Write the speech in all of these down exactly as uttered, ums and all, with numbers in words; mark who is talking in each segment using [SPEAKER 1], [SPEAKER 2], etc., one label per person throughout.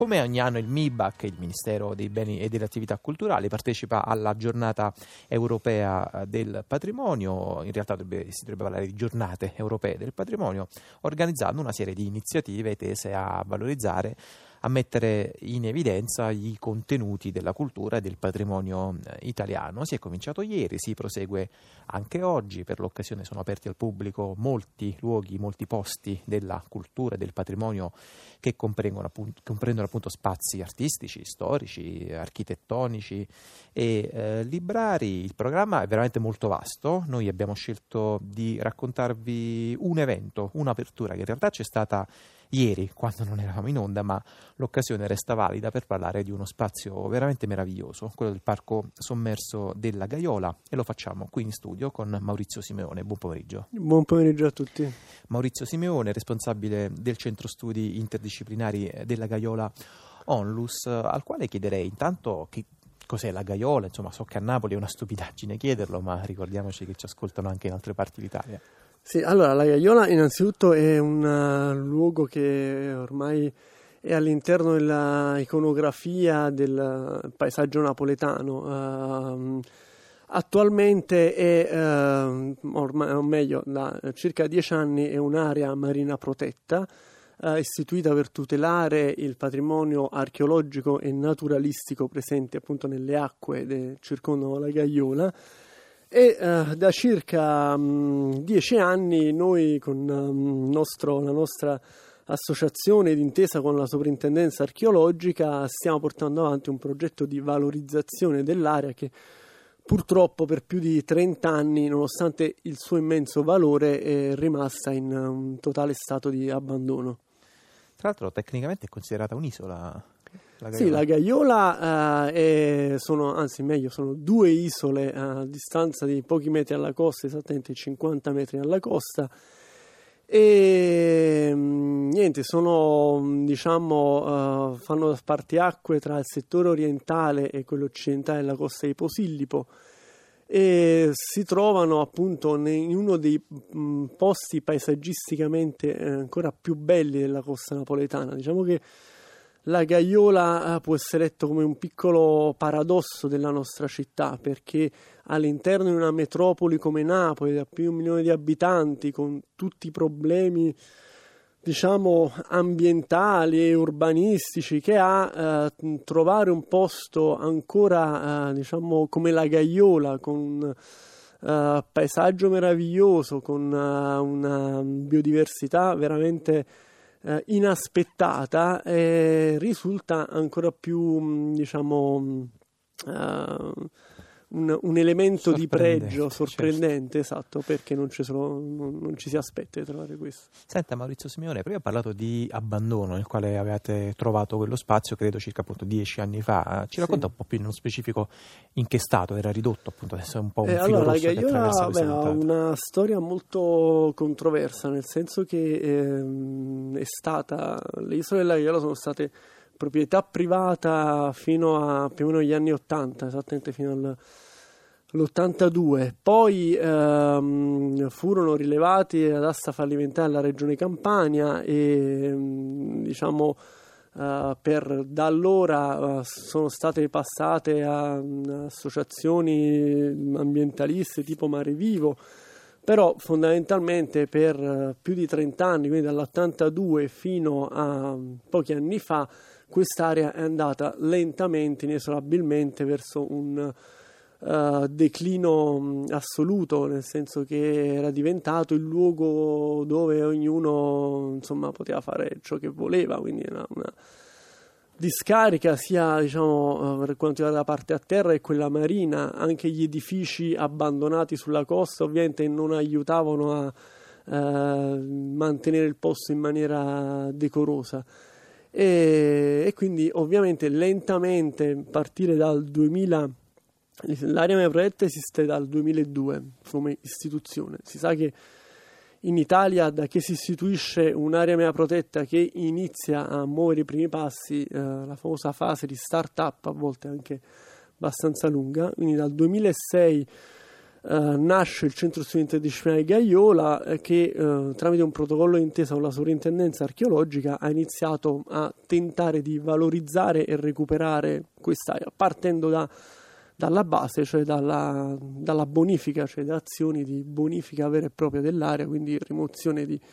[SPEAKER 1] Come ogni anno il M I B A C, il Ministero dei Beni e delle Attività Culturali, partecipa alla giornata europea del patrimonio. In realtà dovrebbe, si dovrebbe parlare di giornate europee del patrimonio, organizzando una serie di iniziative tese a valorizzare, a mettere in evidenza i contenuti della cultura e del patrimonio italiano. Si è cominciato ieri, si prosegue anche oggi. Per l'occasione sono aperti al pubblico molti luoghi, molti posti della cultura e del patrimonio che comprendono appunto, comprendono appunto spazi artistici, storici, architettonici e eh, librari. Il programma è veramente molto vasto. Noi abbiamo scelto di raccontarvi un evento, un'apertura che in realtà c'è stata ieri quando non eravamo in onda, ma l'occasione resta valida per parlare di uno spazio veramente meraviglioso, quello del Parco Sommerso della Gaiola, e lo facciamo qui in studio con Maurizio Simeone. Buon pomeriggio.
[SPEAKER 2] Buon pomeriggio a tutti.
[SPEAKER 1] Maurizio Simeone, responsabile del Centro Studi Interdisciplinari della Gaiola Onlus, al quale chiederei intanto che cos'è la Gaiola. Insomma, so che a Napoli è una stupidaggine chiederlo, ma ricordiamoci che ci ascoltano anche in altre parti d'Italia.
[SPEAKER 2] Sì, allora la Gaiola innanzitutto è un uh, luogo che ormai è all'interno della iconografia del paesaggio napoletano. Uh, attualmente è, uh, ormai, o meglio, da circa dieci anni è un'area marina protetta, uh, istituita per tutelare il patrimonio archeologico e naturalistico presente appunto nelle acque che circondano la Gaiola. E uh, da circa um, dieci anni noi con um, nostro, la nostra associazione d'intesa con la soprintendenza archeologica stiamo portando avanti un progetto di valorizzazione dell'area che purtroppo per più di trenta anni, nonostante il suo immenso valore, è rimasta in un totale stato di abbandono.
[SPEAKER 1] Tra l'altro tecnicamente è considerata un'isola. La
[SPEAKER 2] Sì, la Gaiola uh, è, sono, anzi meglio, sono due isole a distanza di pochi metri alla costa, esattamente cinquanta metri alla costa, e niente, sono, diciamo, uh, fanno spartiacque tra il settore orientale e quello occidentale della costa di Posillipo, e si trovano appunto in uno dei mh, posti paesaggisticamente eh, ancora più belli della costa napoletana. Diciamo che la Gaiola può essere letto come un piccolo paradosso della nostra città, perché all'interno di una metropoli come Napoli, da più di un milione di abitanti, con tutti i problemi, diciamo, ambientali e urbanistici che ha, eh, trovare un posto ancora, eh, diciamo, come la Gaiola, con uh, paesaggio meraviglioso, con uh, una biodiversità veramente Uh, inaspettata, eh, risulta ancora più, diciamo, uh, un, un elemento di pregio sorprendente, certo. Esatto, perché non ci, sono, non, non ci si aspetta di trovare questo.
[SPEAKER 1] Senta Maurizio Simeone, prima ho parlato di abbandono nel quale avevate trovato quello spazio, credo circa appunto dieci anni fa. Ci racconta sì. un po' più nello specifico in che stato era ridotto, appunto adesso è un po' un
[SPEAKER 2] eh,
[SPEAKER 1] filo
[SPEAKER 2] allora,
[SPEAKER 1] rosso
[SPEAKER 2] la
[SPEAKER 1] che attraversa
[SPEAKER 2] Gaiola ha una storia molto controversa, nel senso che ehm, è stata, le isole della Gaiola sono state proprietà privata fino a più o meno gli anni ottanta, esattamente fino al l'ottantadue, poi ehm, furono rilevati ad asta fallimentare alla regione Campania e diciamo eh, per da allora eh, sono state passate a, a associazioni ambientaliste tipo Mare Vivo, però fondamentalmente per eh, più di trenta anni, quindi dall'ottantadue fino a pochi anni fa, quest'area è andata lentamente, inesorabilmente verso un Uh, declino mh, assoluto, nel senso che era diventato il luogo dove ognuno insomma poteva fare ciò che voleva, quindi era una discarica sia, diciamo, uh, per quanto riguarda la parte a terra e quella marina. Anche gli edifici abbandonati sulla costa ovviamente non aiutavano a uh, mantenere il posto in maniera decorosa, e, e quindi ovviamente lentamente, a partire dal duemila, l'area marina protetta esiste dal duemiladue come istituzione. Si sa che in Italia, da che si istituisce un'area marina protetta che inizia a muovere i primi passi, eh, la famosa fase di start-up, a volte anche abbastanza lunga, quindi dal duemilasei Uh, nasce il centro studi interdisciplinari Gaiola eh, che uh, tramite un protocollo d'intesa con la sovrintendenza archeologica ha iniziato a tentare di valorizzare e recuperare quest'area, partendo da, dalla base, cioè dalla, dalla bonifica, cioè da azioni di bonifica vera e propria dell'area, quindi rimozione di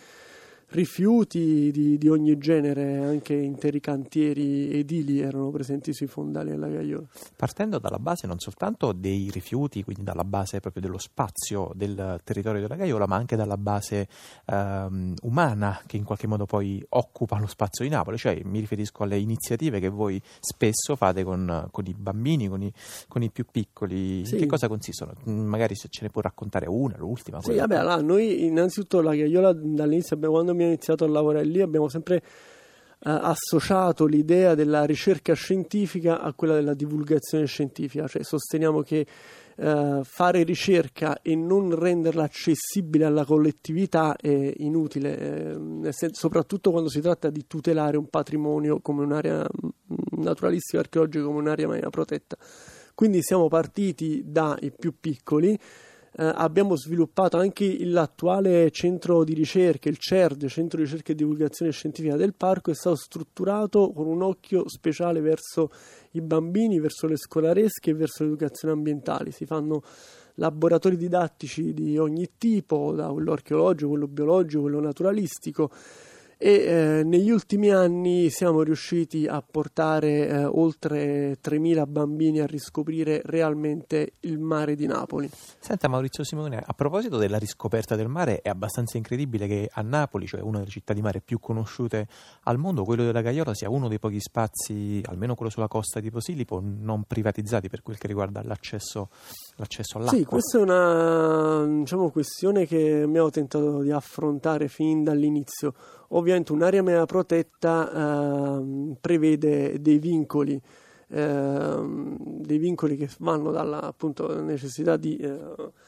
[SPEAKER 2] rifiuti di, di ogni genere, anche interi cantieri edili erano presenti sui fondali della Gaiola.
[SPEAKER 1] Partendo dalla base non soltanto dei rifiuti, quindi dalla base proprio dello spazio del territorio della Gaiola, ma anche dalla base ehm, umana che in qualche modo poi occupa lo spazio di Napoli, cioè mi riferisco alle iniziative che voi spesso fate con, con i bambini, con i, con i più piccoli.
[SPEAKER 2] Sì.
[SPEAKER 1] In che cosa consistono? Magari se ce ne può raccontare una, l'ultima.
[SPEAKER 2] Sì, vabbè, allora, noi innanzitutto la Gaiola dall'inizio, abbiamo, quando abbiamo iniziato a lavorare lì, abbiamo sempre eh, associato l'idea della ricerca scientifica a quella della divulgazione scientifica, cioè sosteniamo che eh, fare ricerca e non renderla accessibile alla collettività è inutile, eh, nel senso, soprattutto quando si tratta di tutelare un patrimonio come un'area naturalistica archeologica, come un'area marina protetta. Quindi siamo partiti dai più piccoli. Eh, abbiamo sviluppato anche l'attuale centro di ricerca, il C E R D, Centro di Ricerca e Divulgazione Scientifica del Parco, è stato strutturato con un occhio speciale verso i bambini, verso le scolaresche e verso l'educazione ambientale. Si fanno laboratori didattici di ogni tipo, da quello archeologico, quello biologico, quello naturalistico, e eh, negli ultimi anni siamo riusciti a portare eh, oltre tremila bambini a riscoprire realmente il mare di Napoli.
[SPEAKER 1] Senta Maurizio Simone, a proposito della riscoperta del mare, è abbastanza incredibile che a Napoli, cioè una delle città di mare più conosciute al mondo, quello della Gaiola sia uno dei pochi spazi, almeno quello sulla costa di Posilipo, non privatizzati per quel che riguarda l'accesso, l'accesso all'acqua.
[SPEAKER 2] Sì, questa è una, diciamo, questione che abbiamo tentato di affrontare fin dall'inizio. Ovviamente un'area marina protetta eh, prevede dei vincoli, eh, dei vincoli che vanno dalla appunto necessità di eh,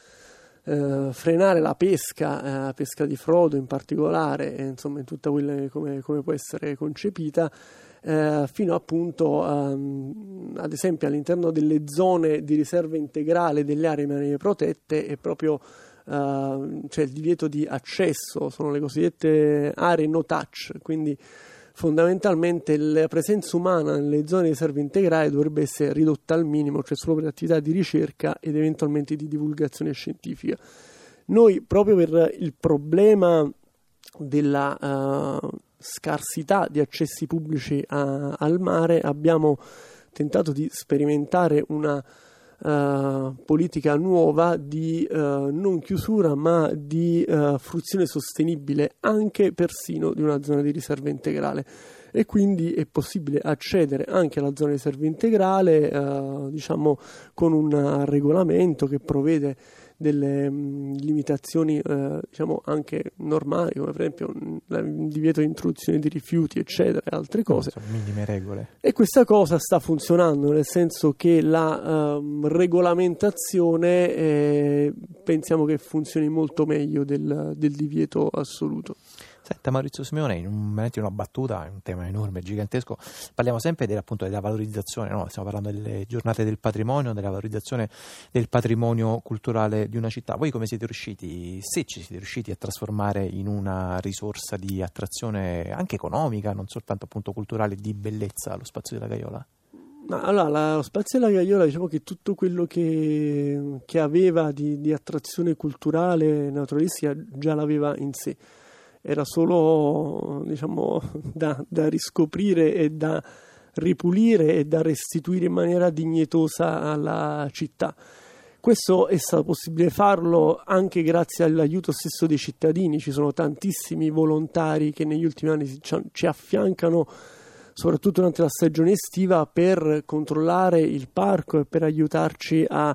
[SPEAKER 2] eh, frenare la pesca, eh, pesca di frodo in particolare, e, insomma in tutta quella come, come può essere concepita, eh, fino appunto ehm, ad esempio all'interno delle zone di riserva integrale delle aree marine protette è proprio Uh, c'è il divieto di accesso, sono le cosiddette aree no touch, quindi fondamentalmente la presenza umana nelle zone di riserva integrale dovrebbe essere ridotta al minimo, cioè solo per attività di ricerca ed eventualmente di divulgazione scientifica. Noi, proprio per il problema della uh, scarsità di accessi pubblici a, al mare, abbiamo tentato di sperimentare una Uh, politica nuova di uh, non chiusura ma di uh, fruizione sostenibile anche persino di una zona di riserva integrale, e quindi è possibile accedere anche alla zona di riserva integrale uh, diciamo con un regolamento che prevede delle mh, limitazioni eh, diciamo anche normali, come per esempio il divieto di introduzione di rifiuti eccetera e altre cose.
[SPEAKER 1] No, minime regole.
[SPEAKER 2] E questa cosa sta funzionando, nel senso che la um, regolamentazione eh, pensiamo che funzioni molto meglio del, del divieto assoluto.
[SPEAKER 1] Senta Maurizio Simeone, in un momento, in una battuta, è un tema enorme, gigantesco, parliamo sempre della, appunto, della valorizzazione, no? Stiamo parlando delle giornate del patrimonio, della valorizzazione del patrimonio culturale di una città. Voi come siete riusciti, se ci siete riusciti, a trasformare in una risorsa di attrazione anche economica, non soltanto appunto culturale, di bellezza, lo spazio della Gaiola?
[SPEAKER 2] Ma allora, lo spazio della Gaiola, diciamo che tutto quello che, che aveva di, di attrazione culturale, naturalistica, già l'aveva in sé. Era solo, diciamo, da, da riscoprire e da ripulire e da restituire in maniera dignitosa alla città. Questo è stato possibile farlo anche grazie all'aiuto stesso dei cittadini. Ci sono tantissimi volontari che negli ultimi anni ci affiancano, soprattutto durante la stagione estiva, per controllare il parco e per aiutarci a,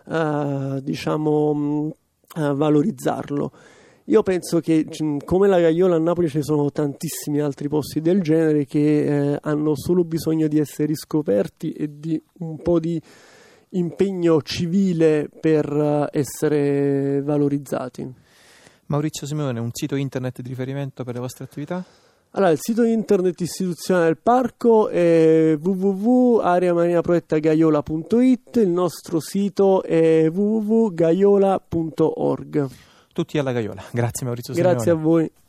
[SPEAKER 2] a diciamo, a valorizzarlo. Io penso che come la Gaiola a Napoli ci sono tantissimi altri posti del genere che eh, hanno solo bisogno di essere riscoperti e di un po' di impegno civile per uh, essere valorizzati.
[SPEAKER 1] Maurizio Simeone, un sito internet di riferimento per le vostre attività?
[SPEAKER 2] Allora, il sito internet istituzionale del parco è w w w punto area marina protetta gaiola punto i t, il nostro sito è w w w punto gaiola punto org.
[SPEAKER 1] Tutti alla Gaiola. Grazie Maurizio
[SPEAKER 2] Grazie
[SPEAKER 1] Simeone.
[SPEAKER 2] a voi.